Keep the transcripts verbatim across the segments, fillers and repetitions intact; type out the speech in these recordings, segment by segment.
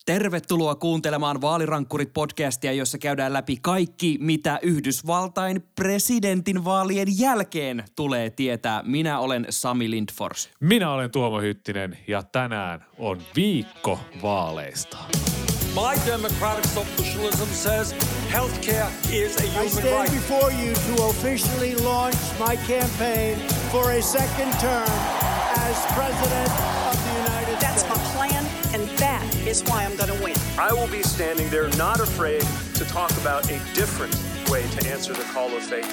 Tervetuloa kuuntelemaan Vaalirankkurit-podcastia, jossa käydään läpi kaikki, mitä Yhdysvaltain presidentinvaalien jälkeen tulee tietää. Minä olen Sami Lindfors. Minä olen Tuomo Hyttinen ja tänään on viikko vaaleista. My democratic socialism says healthcare is a human right. I stand before you to officially launch my campaign for a second term as president of the United That's States. That's my plan, and that is why I'm going to win. I will be standing there not afraid to talk about a different way to answer the call of faith.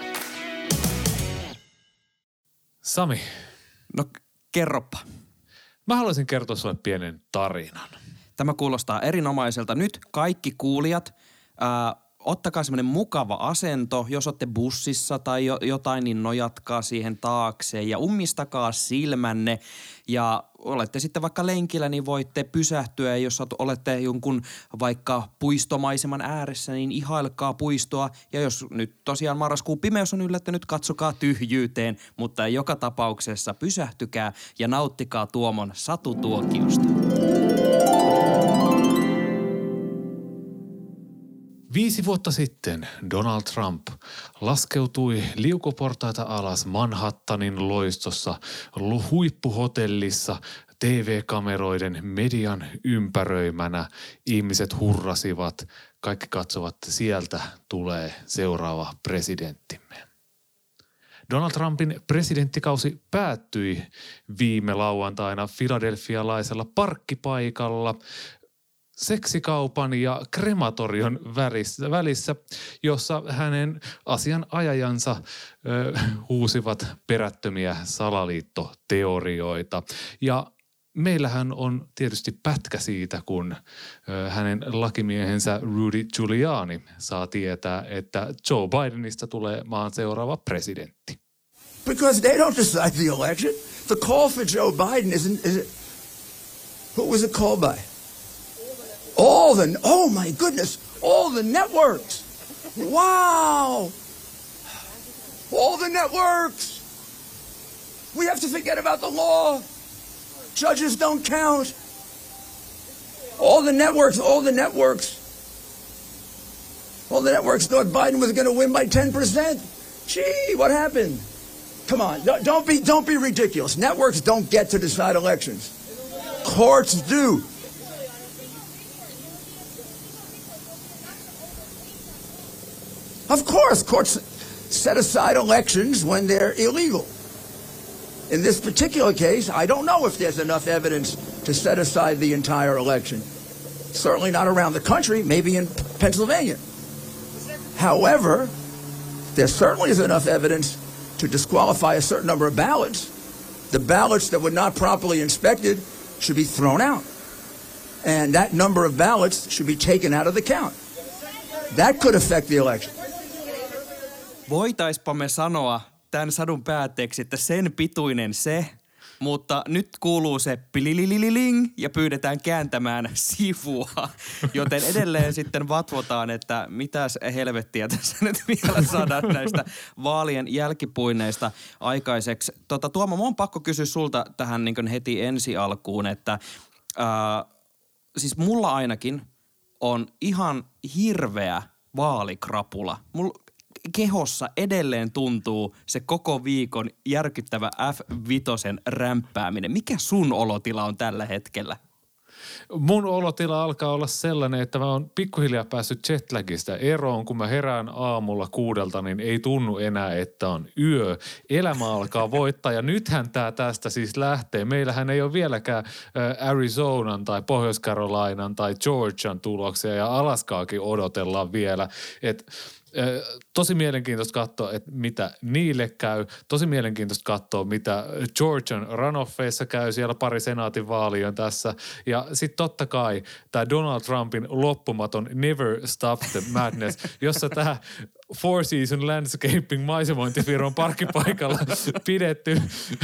Sami. No, kerropa. Mä haluaisin kertoa sulle pienen tarinan. Tämä kuulostaa erinomaiselta. Nyt kaikki kuulijat, ää, ottakaa semmoinen mukava asento. Jos olette bussissa tai jo, jotain, niin nojatkaa siihen taakse ja ummistakaa silmänne. Ja olette sitten vaikka lenkillä, niin voitte pysähtyä. Ja jos olette jonkun vaikka puistomaiseman ääressä, niin ihailkaa puistoa. Ja jos nyt tosiaan marraskuun pimeys on yllättänyt, katsokaa tyhjyyteen. Mutta joka tapauksessa pysähtykää ja nauttikaa Tuomon satutuokiosta. Viisi vuotta sitten Donald Trump laskeutui liukuportaita alas Manhattanin loistossa huippuhotellissa T V-kameroiden median ympäröimänä. Ihmiset hurrasivat, kaikki katsovat, että sieltä tulee seuraava presidenttimme. Donald Trumpin presidenttikausi päättyi viime lauantaina filadelfialaisella parkkipaikalla seksikaupan ja krematorion välissä, välissä, jossa hänen asianajajansa ö, huusivat perättömiä salaliittoteorioita. Ja meillähän on tietysti pätkä siitä, kun ö, hänen lakimiehensä Rudy Giuliani saa tietää, että Joe Bidenista tulee maan seuraava presidentti. Because they don't decide the election. The call for Joe Biden isn't, is it, who was it called by? All the, oh my goodness, all the networks. Wow. All the networks. We have to forget about the law. Judges don't count. All the networks, all the networks. All the networks thought Biden was going to win by ten percent. Gee, what happened? Come on, don't be, don't be ridiculous. Networks don't get to decide elections. Courts do. Of course, courts set aside elections when they're illegal. In this particular case, I don't know if there's enough evidence to set aside the entire election. Certainly not around the country, maybe in Pennsylvania. However, there certainly is enough evidence to disqualify a certain number of ballots. The ballots that were not properly inspected should be thrown out. And that number of ballots should be taken out of the count. That could affect the election. Voitaispa me sanoa tämän sadun päätteeksi, että sen pituinen se, mutta nyt kuuluu se pililililing ja pyydetään kääntämään sivua. Joten edelleen sitten vatvotaan, että mitäs helvettiä tässä nyt vielä saadaan näistä vaalien jälkipuineista aikaiseksi. Tota, Tuomo, mun on pakko kysyä sulta tähän niin kuin heti ensi alkuun, että ää, siis mulla ainakin on ihan hirveä vaalikrapula. Mulla kehossa edelleen tuntuu se koko viikon järkyttävä F viisi rämpääminen. Mikä sun olotila on tällä hetkellä? Mun olotila alkaa olla sellainen, että mä oon pikkuhiljaa päässyt jetlagista eroon. Kun mä herään aamulla kuudelta, niin ei tunnu enää, että on yö. Elämä alkaa voittaa ja nythän tää tästä siis lähtee. Meillähän ei ole vieläkään Arizonan tai Pohjois-Carolinan tai Georgian tuloksia ja Alaskaakin odotellaan vielä. Että tosi mielenkiintoista katsoa, että mitä niille käy. Tosi mielenkiintoista katsoa, mitä Georgian runoffeissa käy. Siellä pari senaatin vaali on tässä. Ja sitten totta kai tämä Donald Trumpin loppumaton Never Stop the Madness, jossa tämä Four Seasons Landscaping maisemointifirman parkkipaikalla pidetty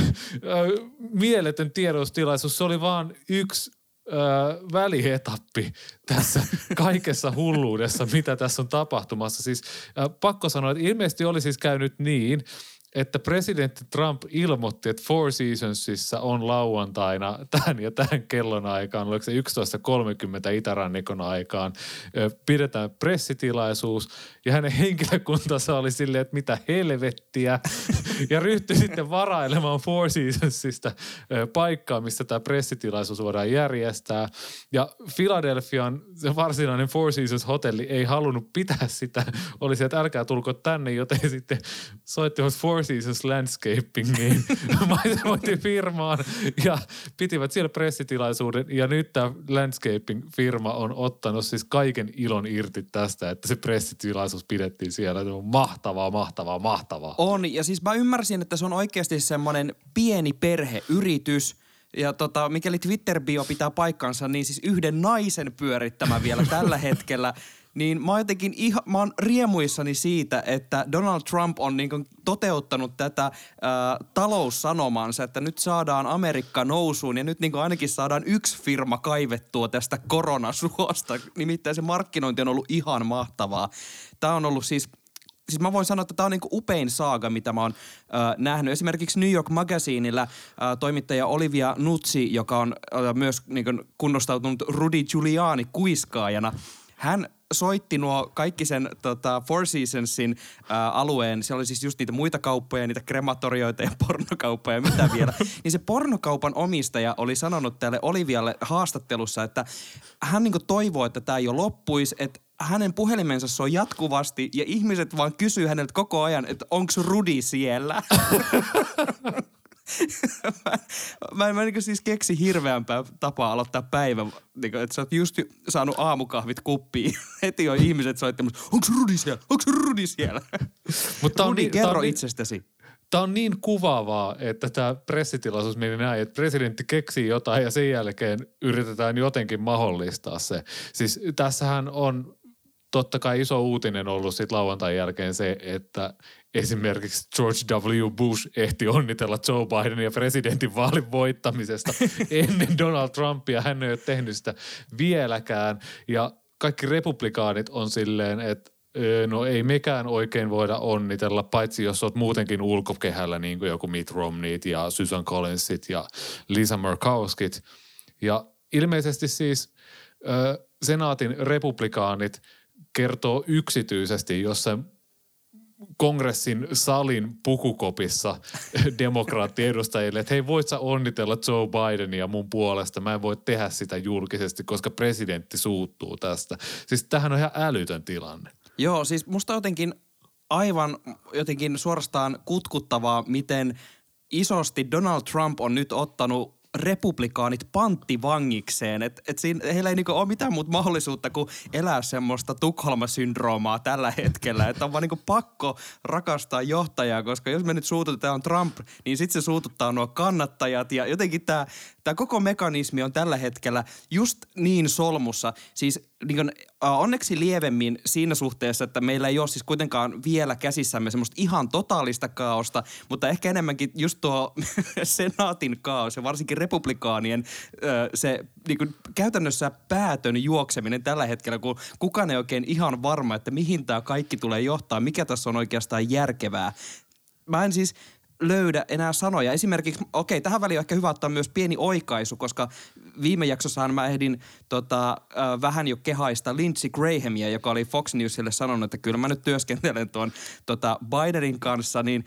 mieletön tiedotustilaisuus. Se oli vaan yksi Öö, välietappi tässä kaikessa hulluudessa, mitä tässä on tapahtumassa. Siis äh, pakko sanoa, että ilmeisesti oli siis käynyt niin, että presidentti Trump ilmoitti, että Four Seasonsissa on lauantaina tämän ja tämän kellon aikaan, oliko se yksitoista kolmekymmentä itärannikon aikaan, pidetään pressitilaisuus ja hänen henkilökuntansa oli silleen, että mitä helvettiä ja ryhtyi sitten varailemaan Four Seasonsista paikkaa, missä tämä pressitilaisuus voidaan järjestää ja Philadelphian se varsinainen Four Seasons hotelli ei halunnut pitää sitä, oli se, että älkää tulko tänne, joten sitten soittivat Four Seasons Landscapingiin maisemointifirmaan ja pitivät siellä pressitilaisuuden ja nyt tämä landscaping-firma on ottanut siis kaiken ilon irti tästä, että se pressitilaisuus pidettiin siellä. Se on mahtavaa, mahtavaa, mahtavaa. On ja siis mä ymmärsin, että se on oikeasti semmoinen pieni perheyritys. Ja tota, mikäli Twitter-bio pitää paikkansa, niin siis yhden naisen pyörittämä vielä tällä hetkellä. Niin mä oon jotenkin ihan, mä oon riemuissani siitä, että Donald Trump on niin kuin toteuttanut tätä ää, taloussanomansa, että nyt saadaan Amerikka nousuun ja nyt niin kuin ainakin saadaan yksi firma kaivettua tästä koronasuosta. Nimittäin se markkinointi on ollut ihan mahtavaa. Tää on ollut siis... Siis mä voin sanoa, että tämä on niinku upein saaga, mitä mä oon äh, nähnyt. Esimerkiksi New York Magazinella äh, toimittaja Olivia Nuzzi, joka on äh, myös niinku kunnostautunut Rudy Giuliani kuiskaajana. Hän soitti nuo kaikki sen tota, Four Seasonsin ää, alueen, siellä oli siis just niitä muita kauppoja, niitä krematorioita ja pornokauppoja ja mitä vielä. Niin se pornokaupan omistaja oli sanonut tälle Olivialle haastattelussa, että hän niinku toivoo, että tämä jo loppuisi, että hänen puhelimensa soi jatkuvasti ja ihmiset vaan kysyy häneltä koko ajan, että onko Rudy siellä? mä, mä, mä niin siis keksi hirveämpää tapaa aloittaa päivä, niin kuin, että sä oot just saanut aamukahvit kuppiin. Heti on ihmiset soittamassa, onko Rudy siellä? Onko Rudy siellä? Mutta Rudy, niin, kerro niin, itsestäsi. Tämä on niin kuvaavaa, että tämä pressitilaisuus meni näin, että presidentti keksii jotain ja sen jälkeen yritetään jotenkin mahdollistaa se. Siis tässähän on totta kai iso uutinen ollut sitten lauantain jälkeen se, että esimerkiksi George W. Bush ehti onnitella Joe Bidenia presidentin vaalin voittamisesta ennen Donald Trumpia. Hän ei ole tehnyt sitä vieläkään ja kaikki republikaanit on silleen, että no ei mekään oikein voida onnitella, paitsi jos olet muutenkin ulkokehällä niin kuin joku Mitt Romneyt ja Susan Collinsit ja Lisa Murkowskit. Ja ilmeisesti siis ö, senaatin republikaanit kertoo yksityisesti jossain kongressin salin pukukopissa demokraattiedustajille, että hei, voit sä onnitella Joe Bidenia mun puolesta, mä en voi tehdä sitä julkisesti, koska presidentti suuttuu tästä. Siis tämähän on ihan älytön tilanne. Joo, siis musta jotenkin aivan jotenkin suorastaan kutkuttavaa, miten isosti Donald Trump on nyt ottanut republikaanit panttivangikseen. Että et siinä heillä ei niinku ole mitään muuta mahdollisuutta kuin elää semmoista Tukholma-syndroomaa tällä hetkellä. Että on vaan niinku pakko rakastaa johtajaa, koska jos me nyt suututetaan Trump, niin sitten se suututtaa nuo kannattajat. Ja jotenkin tämä tää koko mekanismi on tällä hetkellä just niin solmussa. Siis niin kun, onneksi lievemmin siinä suhteessa, että meillä ei ole siis kuitenkaan vielä käsissämme semmoista ihan totaalista kaaosta, mutta ehkä enemmänkin just tuo senaatin kaos ja varsinkin republikaanien se niin kun, käytännössä päätön juokseminen tällä hetkellä, kun kukaan ei oikein ihan varma, että mihin tämä kaikki tulee johtaa, mikä tässä on oikeastaan järkevää. Mä en siis löydä enää sanoja. Esimerkiksi, okei, tähän väliin on ehkä hyvä ottaa myös pieni oikaisu, koska viime jaksossahan mä ehdin tota, äh, vähän jo kehaista Lindsey Grahamia, joka oli Fox Newsille sanonut, että kyllä mä nyt työskentelen tuon tota, Bidenin kanssa, niin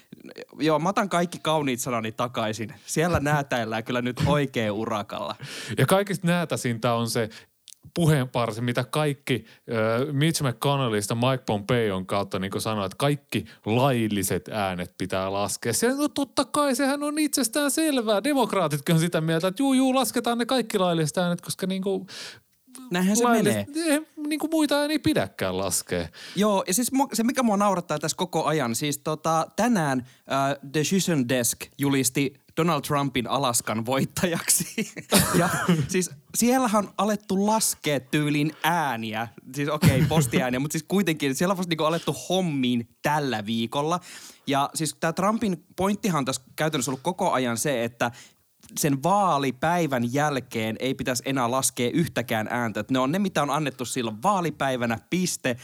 joo, mä otan kaikki kauniit sanani takaisin. Siellä näätäillään kyllä nyt oikein urakalla. Ja kaikista näätäisintä on se puheenparsi, mitä kaikki äh, Mitch McConnellista Mike Pompeon kautta niin kuin sanoi, että kaikki lailliset äänet pitää laskea. Se, no totta kai, sehän on itsestään selvää. Demokraatitkin on sitä mieltä, että juu, juu, lasketaan ne kaikki lailliset äänet, koska niin kuin näinhän se menee. Niin kuin muita ei pidäkään laskea. Joo, ja siis se mikä mua naurattaa tässä koko ajan, siis tota, tänään uh, Decision Desk julisti Donald Trumpin Alaskan voittajaksi. Ja siis siellähän on alettu laskea tyylin ääniä. Siis okei, okay, postiääniä, mutta siis kuitenkin siellä on vasta niinku alettu hommiin tällä viikolla. Ja siis tämä Trumpin pointtihan on tässä käytännössä ollut koko ajan se, että sen vaalipäivän jälkeen ei pitäisi enää laskea yhtäkään ääntä. Että ne on ne, mitä on annettu silloin vaalipäivänä, piste.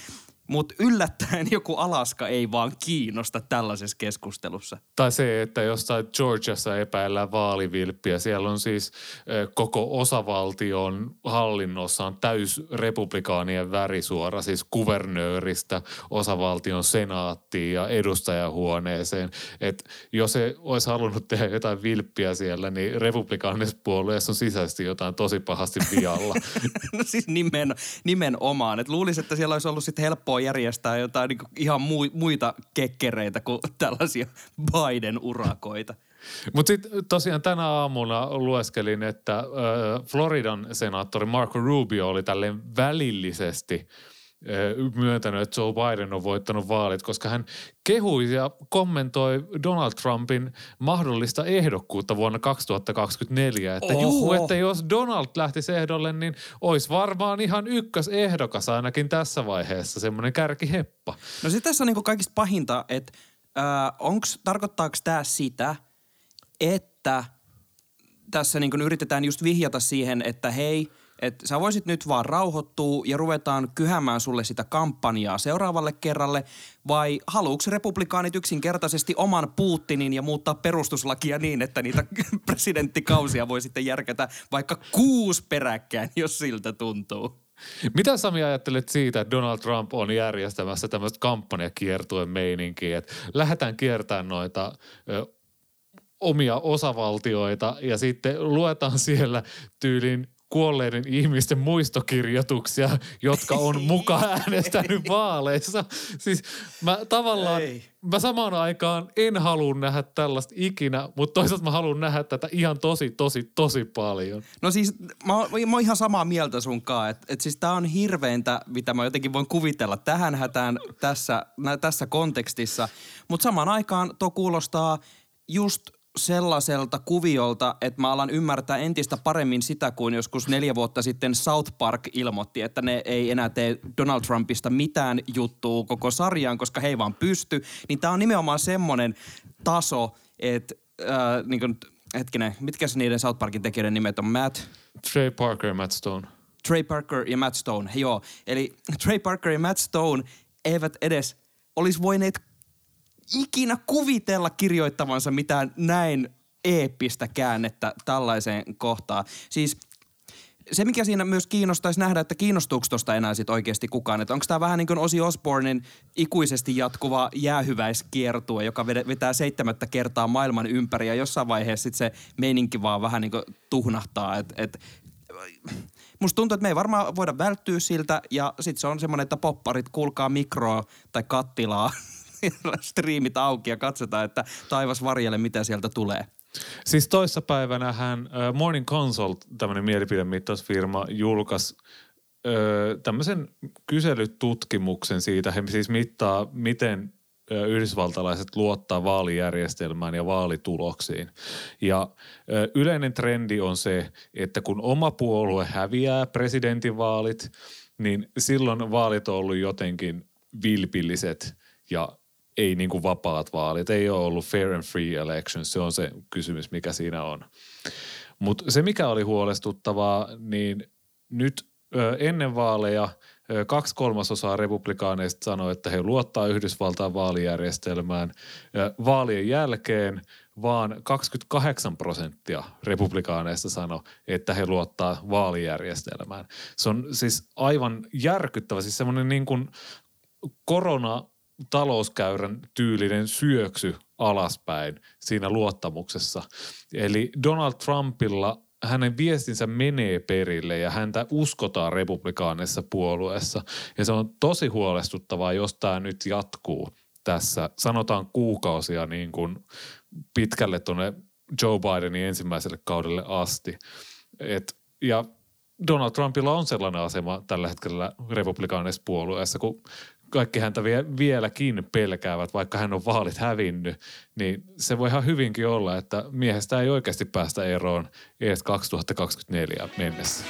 Mutta yllättäen joku Alaska ei vaan kiinnosta tällaisessa keskustelussa. Tai se, että jostain Georgiassa epäillään vaalivilppiä. Siellä on siis koko osavaltion hallinnossa on täys republikaanien värisuora, siis kuvernööristä osavaltion senaattiin ja edustajahuoneeseen. Et jos se olisi halunnut tehdä jotain vilppiä siellä, niin republikaanisessa puolueessa on sisäisesti jotain tosi pahasti vialla. No siis nimen, nimenomaan. Et luulisin, että siellä olisi ollut sitten helppoa järjestää jotain niinku ihan mu- muita kekkereitä kuin tällaisia Biden-urakoita. Mutta sitten tosiaan tänä aamuna lueskelin, että äh, Floridan senaattori Marco Rubio oli tälleen välillisesti myöntänyt, että Joe Biden on voittanut vaalit, koska hän kehui ja kommentoi Donald Trumpin mahdollista ehdokkuutta vuonna kaksituhattakaksikymmentäneljä. Että Oho. juu, että jos Donald lähtisi ehdolle, niin olisi varmaan ihan ykkösehdokas ainakin tässä vaiheessa, semmoinen kärkiheppa. No se tässä on niinku kaikista pahinta, että äh, onks, tarkoittaako tämä sitä, että tässä niinku yritetään just vihjata siihen, että hei, että sä voisit nyt vaan rauhoittua ja ruvetaan kyhämään sulle sitä kampanjaa seuraavalle kerralle, vai haluuks republikaanit yksinkertaisesti oman Putinin ja muuttaa perustuslakia niin, että niitä presidenttikausia voi sitten järkätä vaikka kuusi peräkkäin, jos siltä tuntuu? Mitä Sami ajattelet siitä, että Donald Trump on järjestämässä tämmöistä kampanjakiertuen meininkiä, että lähdetään kiertämään noita ö, omia osavaltioita ja sitten luetaan siellä tyylin kuolleiden ihmisten muistokirjoituksia, jotka on mukaan äänestänyt vaaleissa. Siis mä tavallaan, Ei. mä samaan aikaan en halua nähdä tällaista ikinä, mutta toisaalta mä haluan nähdä tätä ihan tosi, tosi, tosi paljon. No siis mä, mä oon ihan samaa mieltä sunkaan, että et siis tää on hirveintä, mitä mä jotenkin voin kuvitella tähän hätään tässä, nä, tässä kontekstissa, mutta samaan aikaan tuo kuulostaa just sellaiselta kuviolta, että mä alan ymmärtää entistä paremmin sitä, kuin joskus neljä vuotta sitten South Park ilmoitti, että ne ei enää tee Donald Trumpista mitään juttua koko sarjaan, koska he ei vaan pysty. Niin tää on nimenomaan semmoinen taso, että äh, niin kuin, hetkinen, mitkä se niiden South Parkin tekijöiden nimet on? Matt? Trey Parker ja Matt Stone. Trey Parker ja Matt Stone, joo. Eli Trey Parker ja Matt Stone eivät edes olisi voineet ikinä kuvitella kirjoittavansa mitään näin eeppistä käännettä tällaiseen kohtaan. Siis se, mikä siinä myös kiinnostaisi nähdä, että kiinnostuuko tuosta enää sit oikeasti kukaan. Että onko tämä vähän niin kuin Ozzy Osbournen ikuisesti jatkuva jäähyväiskiertue, joka vetää seitsemättä kertaa maailman ympäri ja jossain vaiheessa sit se meininki vaan vähän niin kuin tuhnahtaa. Et, et, musta tuntuu, että me ei varmaan voida välttyä siltä ja sitten se on semmoinen, että popparit kuulkaa mikroa tai kattilaa. Striimit auki ja katsotaan, että taivas varjelle, mitä sieltä tulee. Siis toissapäivänä hän äh, Morning Consult, tämmöinen mielipidemittausfirma, julkaisi äh, tämmöisen kyselytutkimuksen siitä. He siis mittaa, miten äh, yhdysvaltalaiset luottaa vaalijärjestelmään ja vaalituloksiin. Ja äh, yleinen trendi on se, että kun oma puolue häviää presidentinvaalit, niin silloin vaalit on ollut jotenkin vilpilliset ja ei niin kuin vapaat vaalit, ei ole ollut fair and free elections, se on se kysymys, mikä siinä on. Mutta se, mikä oli huolestuttavaa, niin nyt ö, ennen vaaleja ö, kaksi kolmasosaa republikaaneista sanoi, että he luottaa Yhdysvaltain vaalijärjestelmään. Ö, vaalien jälkeen vaan kaksikymmentäkahdeksan prosenttia republikaaneista sanoi, että he luottaa vaalijärjestelmään. Se on siis aivan järkyttävä, siis semmoinen niin kuin korona talouskäyrän tyylinen syöksy alaspäin siinä luottamuksessa. Eli Donald Trumpilla hänen viestinsä menee perille ja häntä uskotaan republikaaneissa puolueessa. Ja se on tosi huolestuttavaa, jos tämä nyt jatkuu tässä, sanotaan kuukausia niin kuin pitkälle tuonne Joe Bidenin ensimmäiselle kaudelle asti. Et, ja Donald Trumpilla on sellainen asema tällä hetkellä republikaaneissa puolueessa, kun kaikki häntä vie, vieläkin pelkäävät, vaikka hän on vaalit hävinnyt, niin se voi ihan hyvinkin olla, että miehestä ei oikeasti päästä eroon edes kaksituhattakaksikymmentäneljä mennessä.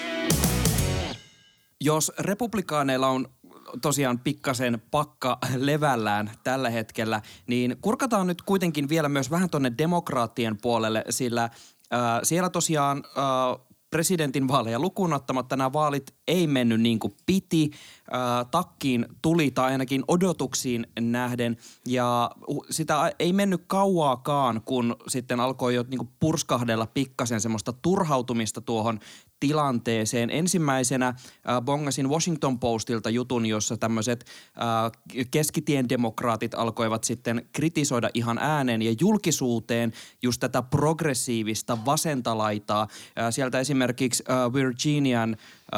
Jos republikaaneilla on tosiaan pikkasen pakka levällään tällä hetkellä, niin kurkataan nyt kuitenkin vielä myös vähän tuonne demokraattien puolelle, sillä äh, siellä tosiaan äh, presidentin vaaleja lukuun ottamatta nämä vaalit ei mennyt niin kuin piti. Äh, takkiin tuli tai ainakin odotuksiin nähden ja sitä ei mennyt kauaakaan, kun sitten alkoi jo niin kuin purskahdella pikkasen semmoista turhautumista tuohon tilanteeseen. Ensimmäisenä äh, bongasin Washington Postilta jutun, jossa tämmöiset äh, keskitien demokraatit alkoivat sitten kritisoida ihan ääneen ja julkisuuteen just tätä progressiivista vasentalaitaa. Äh, sieltä esimerkiksi äh, Virginian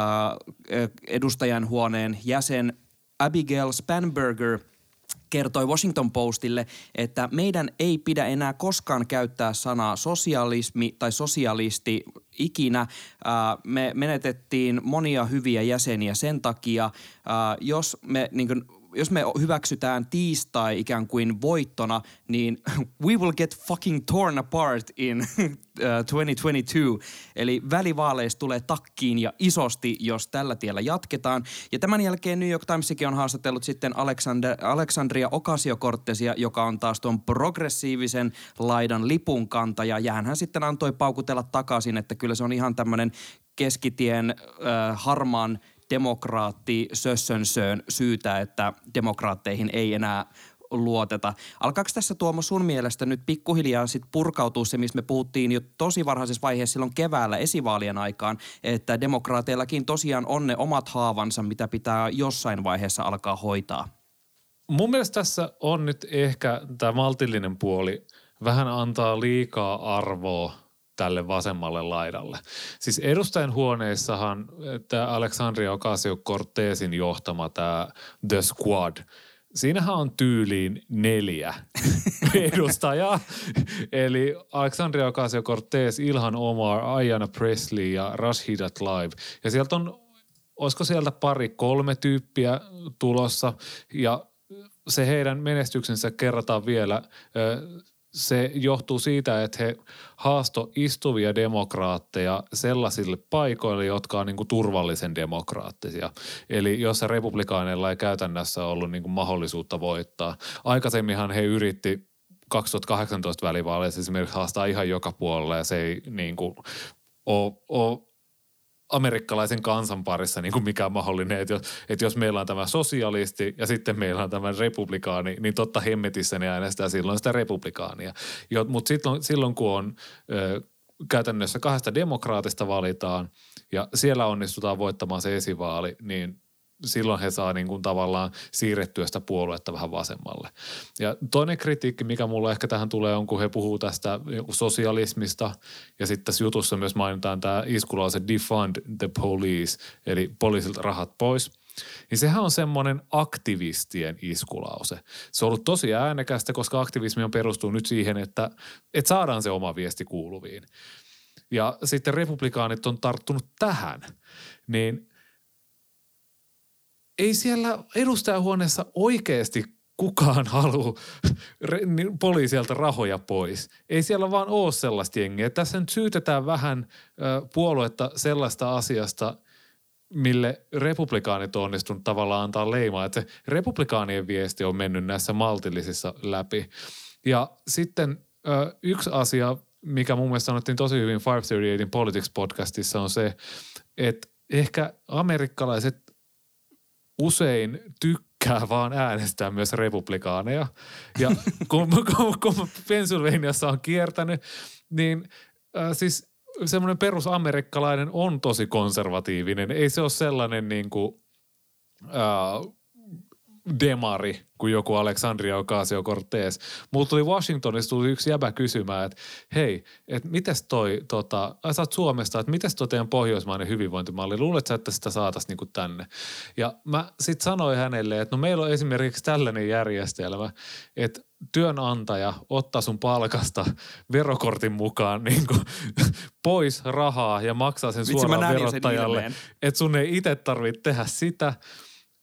äh, edustajanhuoneen jäsen Abigail Spanberger kertoi Washington Postille, että meidän ei pidä enää koskaan käyttää sanaa sosialismi tai sosialisti ikinä. Me menetettiin monia hyviä jäseniä sen takia, jos me niin kuin jos me hyväksytään tiistai ikään kuin voittona, niin we will get fucking torn apart in uh, twenty twenty-two. Eli välivaaleista tulee takkiin ja isosti, jos tällä tiellä jatketaan. Ja tämän jälkeen New York Timesikin on haastatellut sitten Alexander, Alexandria Ocasio-Cortezia, joka on taas tuon progressiivisen laidan lipunkantaja. Ja hän sitten antoi paukutella takaisin, että kyllä se on ihan tämmöinen keskitien uh, harmaan demokraatti sössönsöön syytä, että demokraatteihin ei enää luoteta. Alkaako tässä, Tuomo, sun mielestä nyt pikkuhiljaa sit purkautuu se, mistä me puhuttiin jo tosi varhaisessa vaiheessa silloin keväällä esivaalien aikaan, että demokraateillakin tosiaan on ne omat haavansa, mitä pitää jossain vaiheessa alkaa hoitaa? Mun mielestä tässä on nyt ehkä tämä maltillinen puoli vähän antaa liikaa arvoa tälle vasemmalle laidalle. Siis edustajan huoneissahan tämä Alexandria Ocasio-Cortezin johtama tämä The Squad, siinähän on tyyliin neljä edustajaa. Eli Alexandria Ocasio-Cortez, Ilhan Omar, Ayanna Pressley ja Rashida Tlaib. Ja sieltä on, olisiko sieltä pari kolme tyyppiä tulossa ja se heidän menestyksensä kerrataan vielä. Se johtuu siitä, että he haasto istuvia demokraatteja sellaisille paikoille, jotka on niin kuin turvallisen demokraattisia. Eli jossa republikaaneilla ei käytännössä ollut niin kuin mahdollisuutta voittaa. Aikaisemminhan he yritti kaksituhattakahdeksantoista välivaaleissa esimerkiksi haastaa ihan joka puolella ja se ei niin kuin ole, ole amerikkalaisen kansan parissa niin kuin mikään mahdollinen, että jos, että jos meillä on tämä sosialisti ja sitten meillä on tämä republikaani, niin totta hemmetissä ne äänestää silloin sitä republikaania. Mutta silloin, silloin kun on ö, käytännössä kahdesta demokraatista valitaan ja siellä onnistutaan voittamaan se esivaali, niin silloin he saa niin kuin tavallaan siirrettyä sitä puoluetta vähän vasemmalle. Ja toinen kritiikki, mikä mulla ehkä tähän tulee, on kun he puhuu tästä sosialismista ja sitten tässä jutussa myös mainitaan tämä iskulause defund the police, eli poliisilta rahat pois. Niin sehän on semmoinen aktivistien iskulause. Se on ollut tosi äänekästä, koska aktivismi on perustuu nyt siihen, että, että saadaan se oma viesti kuuluviin. Ja sitten republikaanit on tarttunut tähän, niin ei siellä edustajahuoneessa oikeasti kukaan halua poliisilta rahoja pois. Ei siellä vaan ole sellaista jengiä. Tässä nyt syytetään vähän ö, puoluetta sellaista asiasta, mille republikaanit on onnistunut tavallaan antaa leimaa. Että se republikaanien viesti on mennyt näissä maltillisissa läpi. Ja sitten ö, yksi asia, mikä mun mielestä sanottiin tosi hyvin viisisataakolmekymmentäkahdeksan Politics-podcastissa on se, että ehkä amerikkalaiset usein tykkää vaan äänestää myös republikaaneja. Ja kun, kun, kun Pennsylvaniassa on kiertänyt, niin äh, siis semmoinen perusamerikkalainen on tosi konservatiivinen. Ei se ole sellainen niin kuin äh, demari kuin joku Alexandria Ocasio-Cortez. Mulla tuli Washingtonissa tuli yksi jäbä kysymään, että hei, että mites toi, tota, sä oot Suomesta, että mites toi teidän pohjoismainen hyvinvointimalli, luulet sä, että sitä saataisiin niinku tänne? Ja mä sit sanoin hänelle, että no meillä on esimerkiksi tällainen järjestelmä, että työnantaja ottaa sun palkasta verokortin mukaan niin kuin pois rahaa ja maksaa sen suoraan verottajalle, että sun ei itse tarvitse tehdä sitä.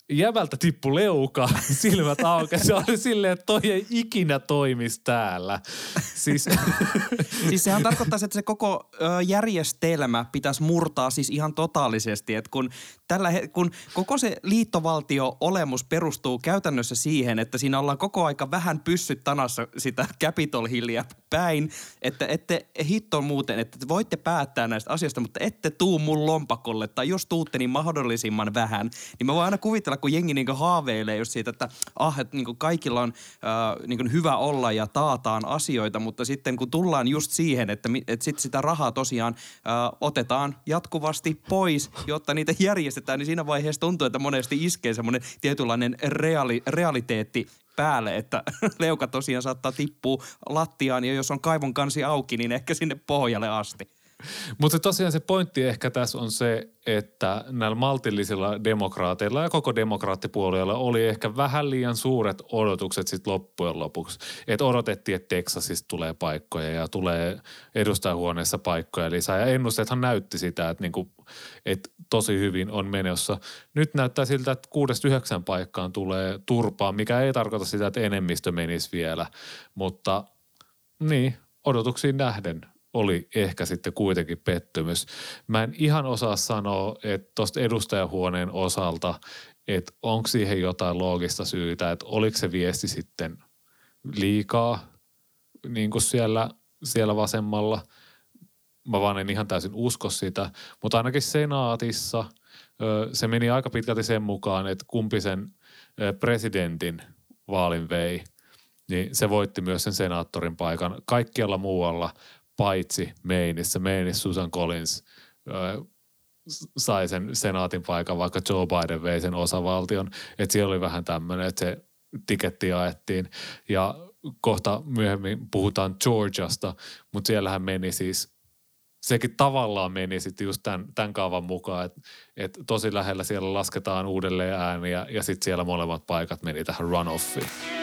jävältä tippu leuka, silmät aukesi. Se oli silleen, että toi ei ikinä toimisi täällä. Siis, siis sehän tarkoittaa, että se koko ö, järjestelmä pitäisi murtaa siis ihan totaalisesti. Että kun, tällä, kun koko se liittovaltio-olemus perustuu käytännössä siihen, että siinä ollaan koko aika vähän pyssyt tanassa sitä Capitol Hillia päin, että ette hitto muuten, että te voitte päättää näistä asioista, mutta ette tuu mun lompakolle, tai jos tuutte, niin mahdollisimman vähän. Niin mä voin aina kuvitella, kun jengi niinku haaveilee just siitä, että ah, että niinku kaikilla on äh, niinku hyvä olla ja taataan asioita, mutta sitten kun tullaan just siihen, että, että sit sitä rahaa tosiaan äh, otetaan jatkuvasti pois, jotta niitä järjestetään, niin siinä vaiheessa tuntuu, että monesti iskee semmoinen tietynlainen reaali, realiteetti päälle, että leuka tosiaan saattaa tippua lattiaan ja jos on kaivon kansi auki, niin ehkä sinne pohjalle asti. Mutta tosiaan se pointti ehkä tässä on se, että näillä maltillisilla demokraateilla ja koko demokraattipuolueella oli ehkä vähän liian suuret odotukset sitten loppujen lopuksi. Että odotettiin, että Teksasista tulee paikkoja ja tulee edustajahuoneessa paikkoja lisää. Ja ennusteethan näytti sitä, että, niinku, että tosi hyvin on menossa. Nyt näyttää siltä, että kuudesta yhdeksän paikkaan tulee turpaa, mikä ei tarkoita sitä, että enemmistö menisi vielä. Mutta niin, odotuksiin nähden oli ehkä sitten kuitenkin pettymys. Mä en ihan osaa sanoa, että tuosta edustajahuoneen osalta, että onko siihen jotain loogista syytä, että oliko se viesti sitten liikaa niin kuin siellä, siellä vasemmalla. Mä vaan en ihan täysin usko sitä, mutta ainakin senaatissa se meni aika pitkälti sen mukaan, että kumpi sen presidentin vaalin vei, niin se voitti myös sen senaattorin paikan. Kaikkialla muualla paitsi Mainissä. Mainissä Susan Collins ö, sai sen senaatin paikan, vaikka Joe Biden vei sen osavaltion. Että siellä oli vähän tämmöinen, että se tiketti jaettiin. Ja kohta myöhemmin puhutaan Georgiasta, mutta siellähän meni siis, sekin tavallaan meni sitten just tämän, tämän kaavan mukaan, että et tosi lähellä siellä lasketaan uudelleen ääniä ja sitten siellä molemmat paikat meni tähän runoffiin.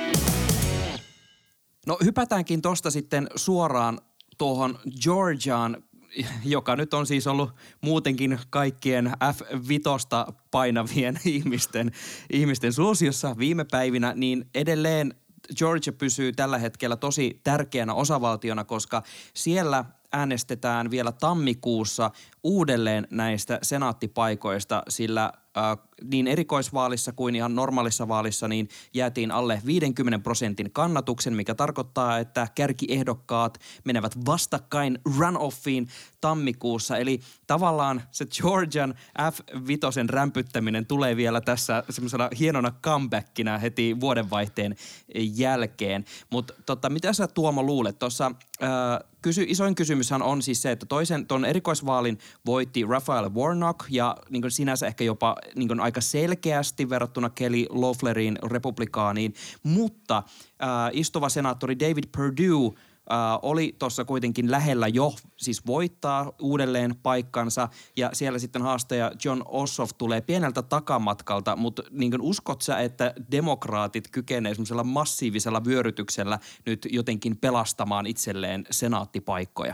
No hypätäänkin tosta sitten suoraan tuohon Georgiaan, joka nyt on siis ollut muutenkin kaikkien F viisi painavien ihmisten, ihmisten suosiossa viime päivinä, niin edelleen Georgia pysyy tällä hetkellä tosi tärkeänä osavaltiona, koska siellä äänestetään vielä tammikuussa uudelleen näistä senaattipaikoista, sillä äh, niin erikoisvaalissa kuin ihan normaalissa vaalissa niin jäätiin alle viidenkymmenen prosentin kannatuksen, mikä tarkoittaa, että kärkiehdokkaat menevät vastakkain runoffiin tammikuussa. Eli tavallaan se Georgian F viisi rämpyttäminen tulee vielä tässä semmoisena hienona comebackina heti vuodenvaihteen jälkeen. Mutta tota, mitä sä Tuomo luulet? Tuossa äh, kysy, isoin kysymyshän on siis se, että toisen ton erikoisvaalin voitti Raphael Warnock ja niin kuin sinänsä ehkä jopa niin kuin aika selkeästi verrattuna Kelly Loeffleriin republikaaniin, mutta äh, istuva senaattori David Perdue Uh, oli tuossa kuitenkin lähellä jo siis voittaa uudelleen paikkansa ja siellä sitten haastaja Jon Ossoff tulee pieneltä takamatkalta, mutta niin kuin uskot sä, että demokraatit kykenee semmoisella massiivisella vyörytyksellä nyt jotenkin pelastamaan itselleen senaattipaikkoja?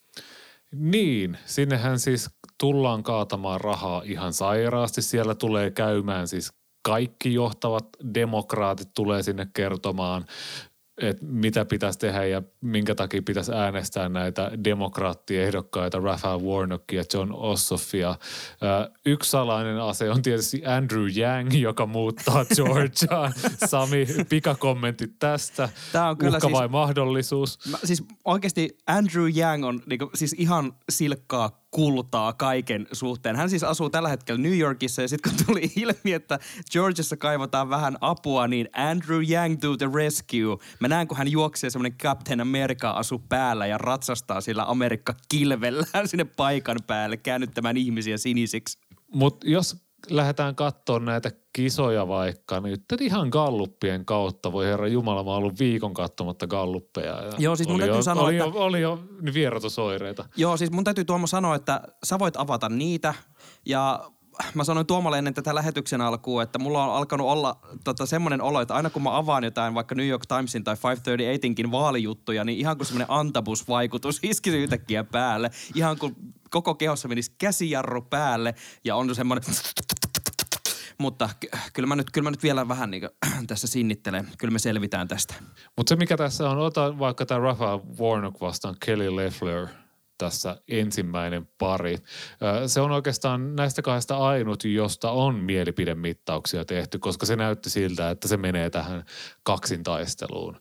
Niin, sinnehän siis tullaan kaatamaan rahaa ihan sairaasti. Siellä tulee käymään siis kaikki johtavat demokraatit tulee sinne kertomaan, että mitä pitäisi tehdä ja minkä takia pitäisi äänestää näitä demokraattiehdokkaita, Raphael Warnockia ja Jon Ossoffia. Yksi salainen ase on tietysti Andrew Yang, joka muuttaa Georgiaan. Sami, pikakommentit tästä. Tämä on kyllä uhka siis, vai mahdollisuus? Mä, siis oikeasti Andrew Yang on niinku, siis ihan silkkaa kultaa kaiken suhteen. Hän siis asuu tällä hetkellä New Yorkissa ja sitten kun tuli ilmi, että Georgiassa kaivataan vähän apua, niin Andrew Yang to the rescue. Mä näen, kun hän juoksee semmoinen Captain America-asu päällä ja ratsastaa sillä Amerikka-kilvellään sinne paikan päälle käännyttämään ihmisiä sinisiksi. Mutta jos lähdetään katsomaan näitä kisoja vaikka, niin ihan galluppien kautta, voi herra Jumala, mä oon ollut viikon katsomatta galluppeja. Joo, siis mun oli täytyy jo, sanoa, oli että... Jo, oli jo vierotusoireita. Joo, siis mun täytyy Tuomo sanoa, että sä voit avata niitä ja mä sanoin Tuomalle ennen tätä lähetyksen alkuun, että mulla on alkanut olla tota, semmoinen olo, että aina kun mä avaan jotain vaikka New York Timesin tai viisi kolmekymmentäkahdeksankin vaalijuttuja, niin ihan kuin semmoinen antabusvaikutus iskisi yhtäkkiä päälle. Ihan kuin koko kehossa menisi käsijarru päälle ja on semmoinen... mutta ky- kyllä mä nyt, kyllä mä nyt vielä vähän niin tässä sinnittelen. Kyllä me selvitään tästä. Mutta se mikä tässä on, ota vaikka tämä Raphael Warnock vastaan Kelly Loeffler tässä ensimmäinen pari. Se on oikeastaan näistä kahdesta ainut, josta on mielipidemittauksia tehty, koska se näytti siltä, että se menee tähän kaksintaisteluun.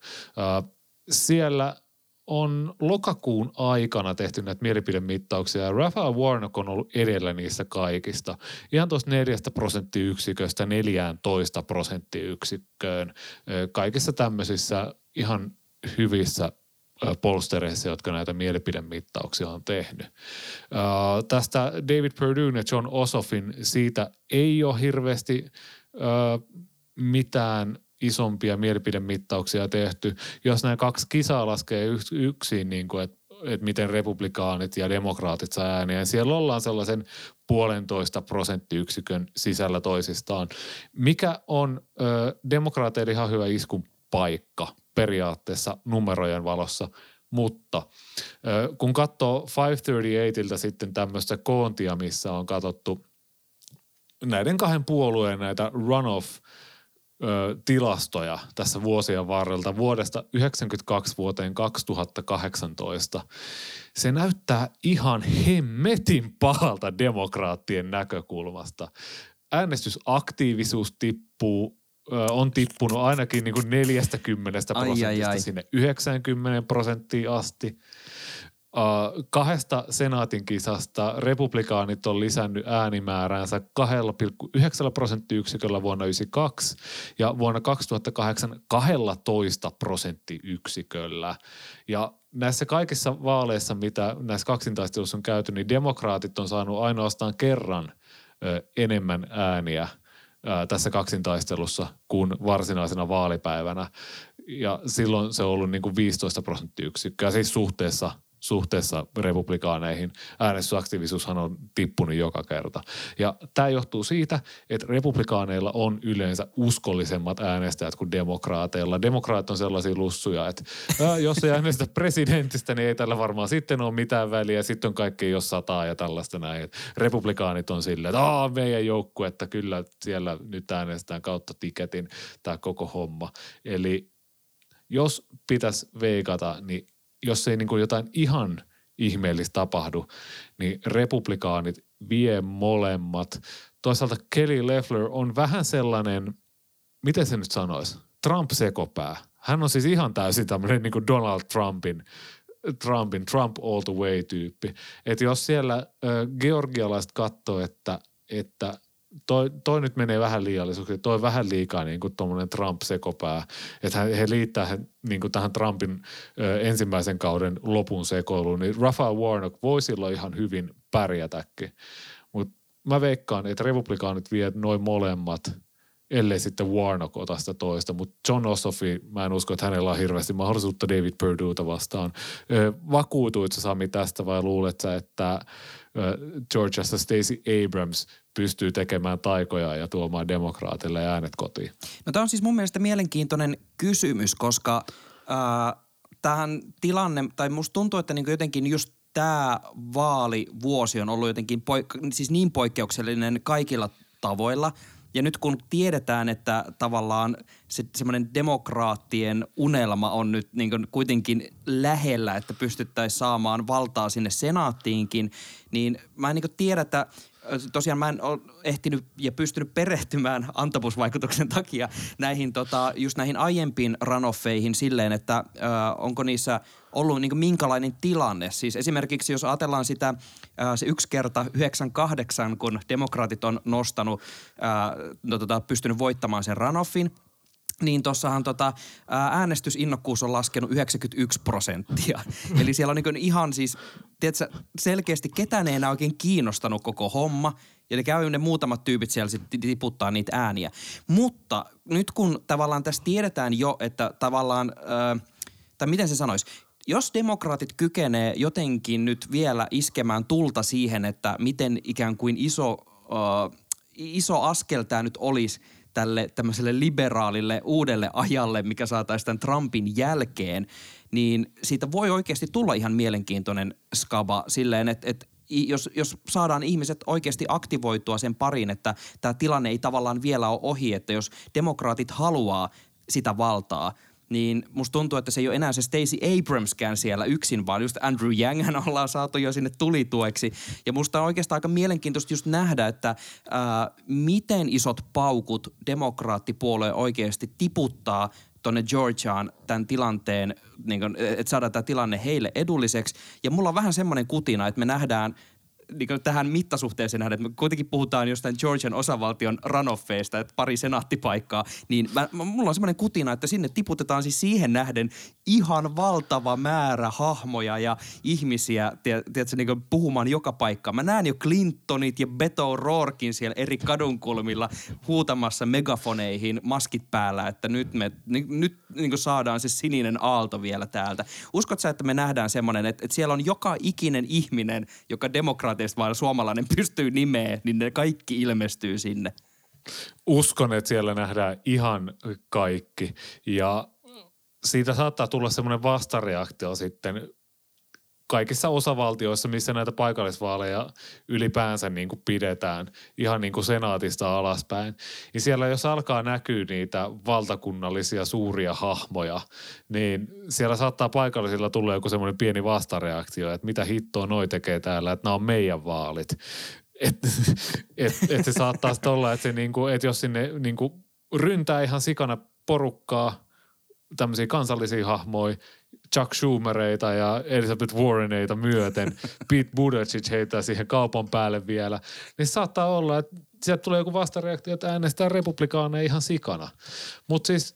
Siellä on lokakuun aikana tehty näitä mielipidemittauksia ja Raphael Warnock on ollut edellä niistä kaikista. Ihan tuosta neljästä prosenttiyksiköstä neljääntoista prosenttiyksikköön. Kaikissa tämmöisissä ihan hyvissä polstereissa, jotka näitä mielipidemittauksia on tehnyt. Uh, tästä David Perduen ja John Ossoffin siitä ei ole hirveästi uh, mitään isompia mielipidemittauksia tehty. Jos nämä kaksi kisaa laskee yks, yksin, niin kuin, että et miten republikaanit ja demokraatit saa ääniä, niin siellä ollaan sellaisen puolentoista prosenttiyksikön sisällä toisistaan, mikä on ö, demokraateille ihan hyvä iskun paikka periaatteessa numerojen valossa, mutta ö, kun katsoo viisisataakolmekymmentäkahdeksanilta sitten tämmöistä koontia, missä on katsottu näiden kahden puolueen näitä runoff tilastoja tässä vuosien varrelta vuodesta yhdeksänkymmentäkaksi vuoteen kaksituhattakahdeksantoista. Se näyttää ihan hemmetin pahalta demokraattien näkökulmasta. Äänestysaktiivisuus tippuu, on tippunut ainakin niin kuin neljästäkymmenestä prosentista ai, ai, ai. sinne yhdeksänkymmentä prosenttia asti. Uh, kahdesta senaatin kisasta republikaanit on lisännyt äänimääräänsä kaksi pilkku yhdeksän prosenttiyksiköllä vuonna yhdeksänkymmentäkaksi ja vuonna kaksituhattakahdeksan kaksitoista prosenttiyksiköllä. Ja näissä kaikissa vaaleissa, mitä näissä kaksintaistelussa on käyty, niin demokraatit on saanut ainoastaan kerran ö, enemmän ääniä ö, tässä kaksintaistelussa kuin varsinaisena vaalipäivänä. Ja silloin se on ollut niin kuin viisitoista prosenttiyksikköä, siis suhteessa suhteessa republikaaneihin. Äänestysaktiivisuushan on tippunut joka kerta. Ja tämä johtuu siitä, että republikaaneilla on yleensä uskollisemmat äänestäjät kuin demokraateilla. Demokraat on sellaisia lussuja, että ää, jos ei äänestä presidentistä, niin ei tällä varmaan sitten ole mitään väliä. Sitten on kaikki jos sataa ja tällaista näin. Et republikaanit on silleen, että aah, meidän joukkue, että kyllä siellä nyt äänestetään kautta tiketin tämä koko homma. Eli jos pitäisi veikata, niin jos ei niin kuin jotain ihan ihmeellistä tapahdu, niin republikaanit vie molemmat. Toisaalta Kelly Loeffler on vähän sellainen, miten se nyt sanoisi, Trump-sekopää. Hän on siis ihan täysin tämmöinen niin kuin Donald Trumpin, Trumpin Trump all the way -tyyppi. Että jos siellä äh, georgialaiset katsoo, että, että Toi, toi nyt menee vähän liiallisuuksi, toi vähän liikaa niin kuin tuommoinen Trump-sekopää, että he, he liittää he, niin kuin tähän Trumpin ö, ensimmäisen kauden lopun sekoiluun, niin Raphael Warnock voi silloin ihan hyvin pärjätäkin. Mutta mä veikkaan, että republikaanit vie noin molemmat, ellei sitten Warnock ota sitä toista, mutta John Ossoffin, mä en usko, että hänellä on hirveästi mahdollisuutta David Perdueta vastaan. Ö, vakuutuitko Sami tästä vai luulet sä, että Georgiassa Stacey Abrams pystyy tekemään taikoja ja tuomaan demokraatille äänet kotiin? No tämä on siis mun mielestä mielenkiintoinen kysymys, koska äh, tähän tilanne, tai musta tuntuu, että niinku jotenkin just tämä vaalivuosi on ollut jotenkin poik- siis niin poikkeuksellinen kaikilla tavoilla. Ja nyt kun tiedetään, että tavallaan se semmoinen demokraattien unelma on nyt niin kuin kuitenkin lähellä, että pystyttäisiin saamaan valtaa sinne senaattiinkin, niin mä en niin kuin tiedä, että tosiaan mä en ole ehtinyt ja pystynyt perehtymään antavuusvaikutuksen takia näihin tota, just näihin aiempiin runoffeihin silleen, että äh, onko niissä ollut niin kuin minkälainen tilanne. Siis esimerkiksi jos ajatellaan sitä äh, se yksi kerta yhdeksänkymmentäkahdeksan, kun demokraatit on nostanut, äh, no, tota, pystynyt voittamaan sen runoffin, niin tossahan tota, äänestysinnokkuus on laskenut yhdeksänkymmentäyksi prosenttia. Eli siellä on niin ihan siis, tiedätkö, selkeästi ketään ei enää oikein kiinnostanut koko homma. Eli käy ne muutamat tyypit siellä sitten tiputtaa niitä ääniä. Mutta nyt kun tavallaan tässä tiedetään jo, että tavallaan, äh, tai miten se sanoisi, jos demokraatit kykenee jotenkin nyt vielä iskemään tulta siihen, että miten ikään kuin iso, äh, iso askel tämä nyt olisi tälle tämmöiselle liberaalille uudelle ajalle, mikä saataisiin tämän Trumpin jälkeen, niin siitä voi oikeasti tulla ihan mielenkiintoinen skaba silleen, että, että jos, jos saadaan ihmiset oikeasti aktivoitua sen pariin, että tämä tilanne ei tavallaan vielä ole ohi, että jos demokraatit haluaa sitä valtaa, niin musta tuntuu, että se ei ole enää se Stacey Abramskään siellä yksin, vaan just Andrew Yanghän ollaan saatu jo sinne tulitueksi. Ja musta on oikeastaan aika mielenkiintoista just nähdä, että ää, miten isot paukut demokraattipuolue oikeasti tiputtaa tuonne Georgiaan tämän tilanteen, niin kun, että saadaan tämä tilanne heille edulliseksi. Ja mulla on vähän semmoinen kutina, että me nähdään niin tähän mittasuhteeseen nähdään, että me kuitenkin puhutaan jostain Georgian osavaltion runoffeista, että pari senaattipaikkaa, niin mä, mulla on semmoinen kutina, että sinne tiputetaan siis siihen nähden ihan valtava määrä hahmoja ja ihmisiä, tiedätkö, niin kuin puhumaan joka paikkaan. Mä näen jo Clintonit ja Beto O'Rourken siellä eri kadunkulmilla huutamassa megafoneihin maskit päällä, että nyt me nyt niin kuin saadaan se sininen aalto vielä täältä. Uskotko sä, että me nähdään semmoinen, että, että siellä on joka ikinen ihminen, joka demokraattisesti vaan suomalainen pystyy nimeä, niin ne kaikki ilmestyy sinne? Uskon, että siellä nähdään ihan kaikki ja siitä saattaa tulla semmoinen vastareaktio sitten kaikissa osavaltioissa, missä näitä paikallisvaaleja ylipäänsä niin kuin pidetään ihan niin kuin senaatista alaspäin. Ja siellä jos alkaa näkyä niitä valtakunnallisia suuria hahmoja, niin siellä saattaa paikallisilla tulla joku semmoinen pieni vastareaktio, että mitä hittoa noi tekee täällä, että nämä on meidän vaalit. Että et, et se saattaa sitten olla, että, se niinku, että jos sinne niinku ryntää ihan sikana porukkaa, tämmöisiä kansallisia hahmoja, Chuck Schumereita ja Elizabeth Warreneita myöten, Pete Buttigieg heittää siihen kaupan päälle vielä, niin saattaa olla, että sieltä tulee joku vastareaktio, että äänestää republikaaneja ihan sikana. Mutta siis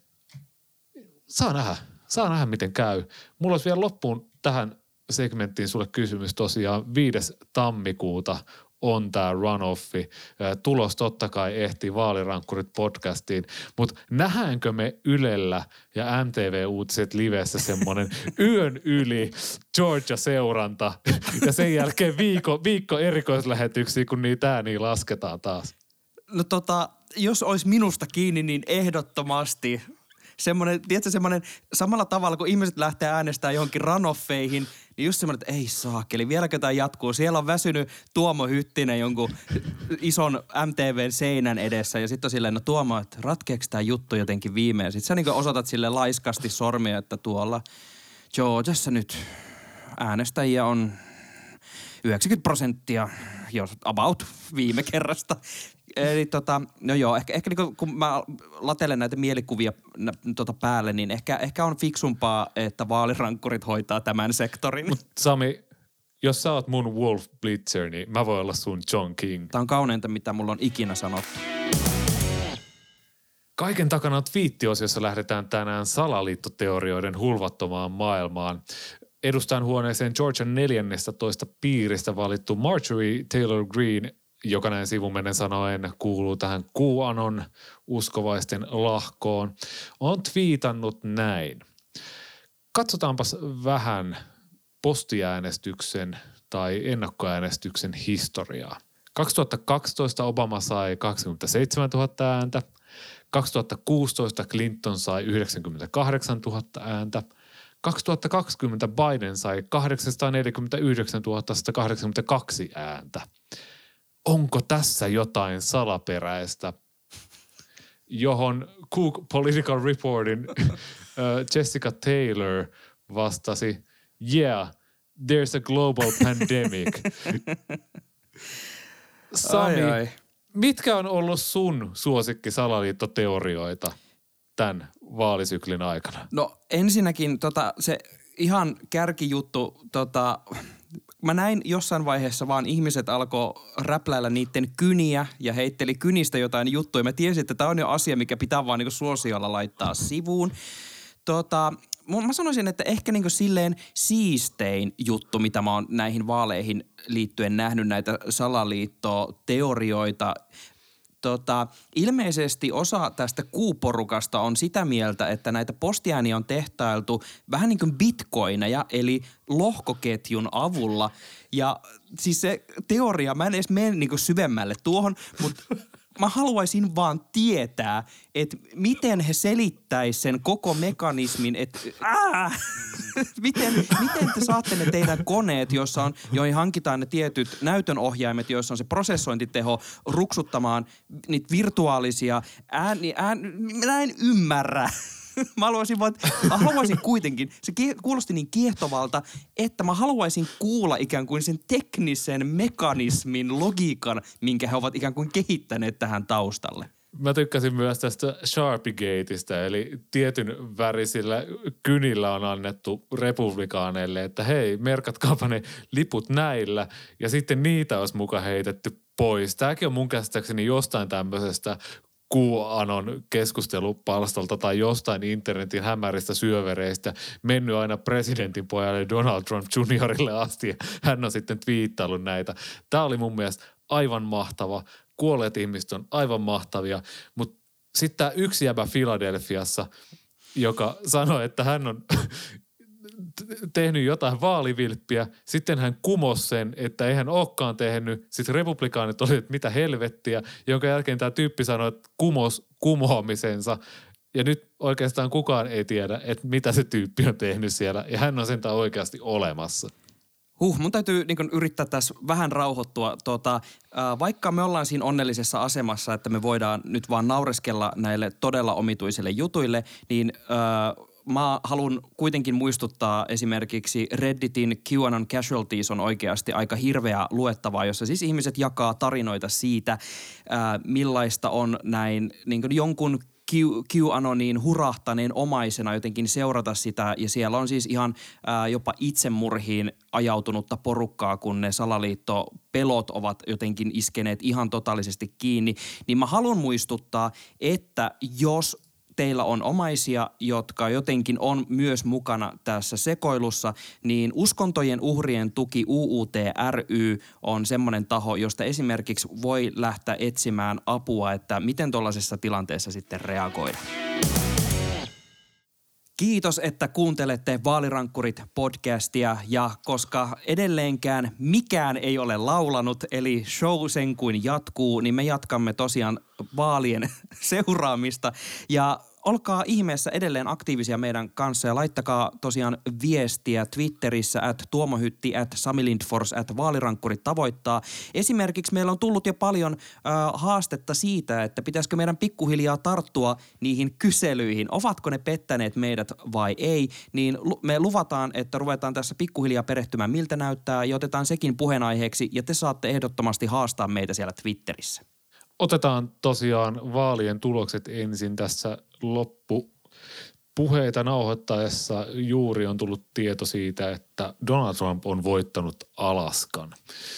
saa nähdä, saa nähdä miten käy. Mulla olisi vielä loppuun tähän segmenttiin sulle kysymys tosiaan viides tammikuuta on tämä runoffi. Tulos totta kai ehtii Vaalirankkurit podcastiin, mutta nähdäänkö me Ylellä ja M T V-uutiset livessä semmoinen yön yli Georgia-seuranta ja sen jälkeen viikko, viikko erikoislähetyksiä, kun niitä ääniä lasketaan taas? No tota, jos olisi minusta kiinni, niin ehdottomasti semmoinen, tiedätkö semmoinen, samalla tavalla kun ihmiset lähtee äänestämään johonkin runoffeihin, niin just semmoinen, että ei saakeli, vieläkö tämä jatkuu. Siellä on väsynyt Tuomo Hyttinen jonkun ison M T V:n seinän edessä ja sitten on silleen, no Tuomo, että ratkeeko tämä juttu jotenkin viimein. Sitten sä niin osoitat sille laiskasti sormia, että tuolla Georgiassa nyt äänestäjiä on yhdeksänkymmentä prosenttia, jos about viime kerrasta. Eli tota, no joo, ehkä, ehkä niin kun mä latelen näitä mielikuvia nä, tota päälle, niin ehkä, ehkä on fiksumpaa, että vaalirankkurit hoitaa tämän sektorin. Mut Sami, jos sä oot mun Wolf Blitzer, niin mä voin olla sun John King. Tää on kauneinta, mitä mulla on ikinä sanottu. Kaiken takana twiittiosiossa lähdetään tänään salaliittoteorioiden hulvattomaan maailmaan. Edustajan huoneeseen Georgian neljännestätoista piiristä valittu Marjorie Taylor Greene, joka näin sivumennen sanoen kuuluu tähän QAnon uskovaisten lahkoon, on twiitannut näin. Katsotaanpas vähän postiäänestyksen tai ennakkoäänestyksen historiaa. kaksituhattakaksitoista Obama sai kaksikymmentäseitsemäntuhatta ääntä, kaksituhattakuusitoista Clinton sai yhdeksänkymmentäkahdeksantuhatta ääntä, kaksituhattakaksikymmentä Biden sai kahdeksansataaneljäkymmentäyhdeksäntuhatta sata kahdeksankymmentäkaksi ääntä. Onko tässä jotain salaperäistä, johon Cook Political Reportin Jessica Taylor vastasi, yeah, there's a global pandemic. Sami, ai, ai. Mitkä on ollut sun suosikki salaliittoteorioita tämän vaalisyklin aikana? No ensinnäkin tota, se ihan kärkijuttu, tota, mä näin jossain vaiheessa vaan ihmiset alkoi räpläillä niiden kyniä ja heitteli kynistä jotain juttuja. Mä tiesin, että tämä on jo asia, mikä pitää vaan niinku suosiolla laittaa sivuun. Tota, mä sanoisin, että ehkä niinku silleen siistein juttu, mitä mä oon näihin vaaleihin liittyen nähnyt, näitä salaliittoteorioita. Tota, ilmeisesti osa tästä kuuporukasta on sitä mieltä, että näitä postiääniä on tehtailtu vähän niin kuin bitcoineja, eli lohkoketjun avulla. Ja siis se teoria, mä en edes mene niin kuin syvemmälle tuohon, mutta mä haluaisin vaan tietää, että miten he selittäis sen koko mekanismin, että äh, miten, miten te saatte ne teidän koneet, joissa on, joihin hankitaan ne tietyt näytönohjaimet, joissa on se prosessointiteho ruksuttamaan niitä virtuaalisia ääni, ääni, mä en ymmärrä. Mä haluaisin vaan, mä haluaisin kuitenkin, se kuulosti niin kiehtovalta, että mä haluaisin kuulla ikään kuin sen teknisen mekanismin, logiikan, minkä he ovat ikään kuin kehittäneet tähän taustalle. Mä tykkäsin myös tästä Sharpiegateista, eli tietyn värisillä kynillä on annettu republikaaneille, että hei, merkatkaapa ne liput näillä, ja sitten niitä olisi muka heitetty pois. Tämäkin on mun käsittääkseni jostain tämmöisestä QAnon keskustelupalstalta tai jostain internetin hämäristä syövereistä mennyt aina presidentin pojalle Donald Trump juniorille asti ja hän on sitten twiittaillut näitä. Tämä oli mun mielestä aivan mahtava. Kuolleet ihmiset on aivan mahtavia, mutta sitten tämä yksi jäbä Philadelphiassa, joka sanoi, että hän on tehnyt jotain vaalivilppiä, sitten hän kumosi sen, että ei hän olekaan tehnyt. Sitten republikaanit oli, että mitä helvettiä, jonka jälkeen tämä tyyppi sanoi, että kumos kumoamisensa. Ja nyt oikeastaan kukaan ei tiedä, että mitä se tyyppi on tehnyt siellä, ja hän on sentään oikeasti olemassa. Huh, mun täytyy niin kun, yrittää tässä vähän rauhoittua. Tota, äh, vaikka me ollaan siinä onnellisessa asemassa, että me voidaan nyt vaan naureskella näille todella omituisille jutuille, niin äh, mä haluan kuitenkin muistuttaa esimerkiksi Redditin QAnon Casualties on oikeasti aika hirveä luettavaa, jossa siis ihmiset jakaa tarinoita siitä, ää, millaista on näin niin kuin jonkun QAnoniin hurahtaneen omaisena jotenkin seurata sitä. Ja siellä on siis ihan ää, jopa itsemurhiin ajautunutta porukkaa, kun ne salaliittopelot ovat jotenkin iskeneet ihan totaalisesti kiinni. Niin mä haluan muistuttaa, että jos teillä on omaisia, jotka jotenkin on myös mukana tässä sekoilussa, niin Uskontojen uhrien tuki U U T ry on semmoinen taho, josta esimerkiksi voi lähteä etsimään apua, että miten tuollaisessa tilanteessa sitten reagoida. Kiitos, että kuuntelette Vaalirankkurit-podcastia ja koska edelleenkään mikään ei ole laulanut, eli show sen kuin jatkuu, niin me jatkamme tosiaan vaalien seuraamista ja olkaa ihmeessä edelleen aktiivisia meidän kanssa ja laittakaa tosiaan viestiä Twitterissä at tuomohytti at samilindfors at vaalirankkurit tavoittaa. Esimerkiksi meillä on tullut jo paljon äh, haastetta siitä, että pitäisikö meidän pikkuhiljaa tarttua niihin kyselyihin. Ovatko ne pettäneet meidät vai ei? Niin me luvataan, että ruvetaan tässä pikkuhiljaa perehtymään miltä näyttää ja otetaan sekin puheenaiheeksi ja te saatte ehdottomasti haastaa meitä siellä Twitterissä. Otetaan tosiaan vaalien tulokset ensin tässä loppupuheita nauhoittaessa. Juuri on tullut tieto siitä, että Donald Trump on voittanut Alaskan.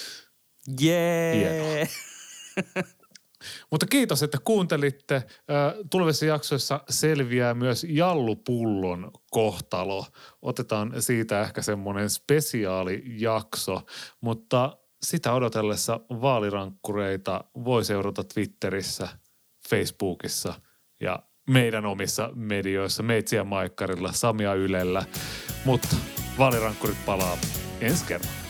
Jee! Mutta kiitos, että kuuntelitte. Tulevissa jaksoissa selviää myös Jallupullon kohtalo. Otetaan siitä ehkä semmoinen spesiaalijakso, mutta sitä odotellessa vaalirankkureita voi seurata Twitterissä, Facebookissa ja meidän omissa medioissa, Meitsiä Maikkarilla, Samia Ylellä. Mutta vaalirankkurit palaa ensi kerralla.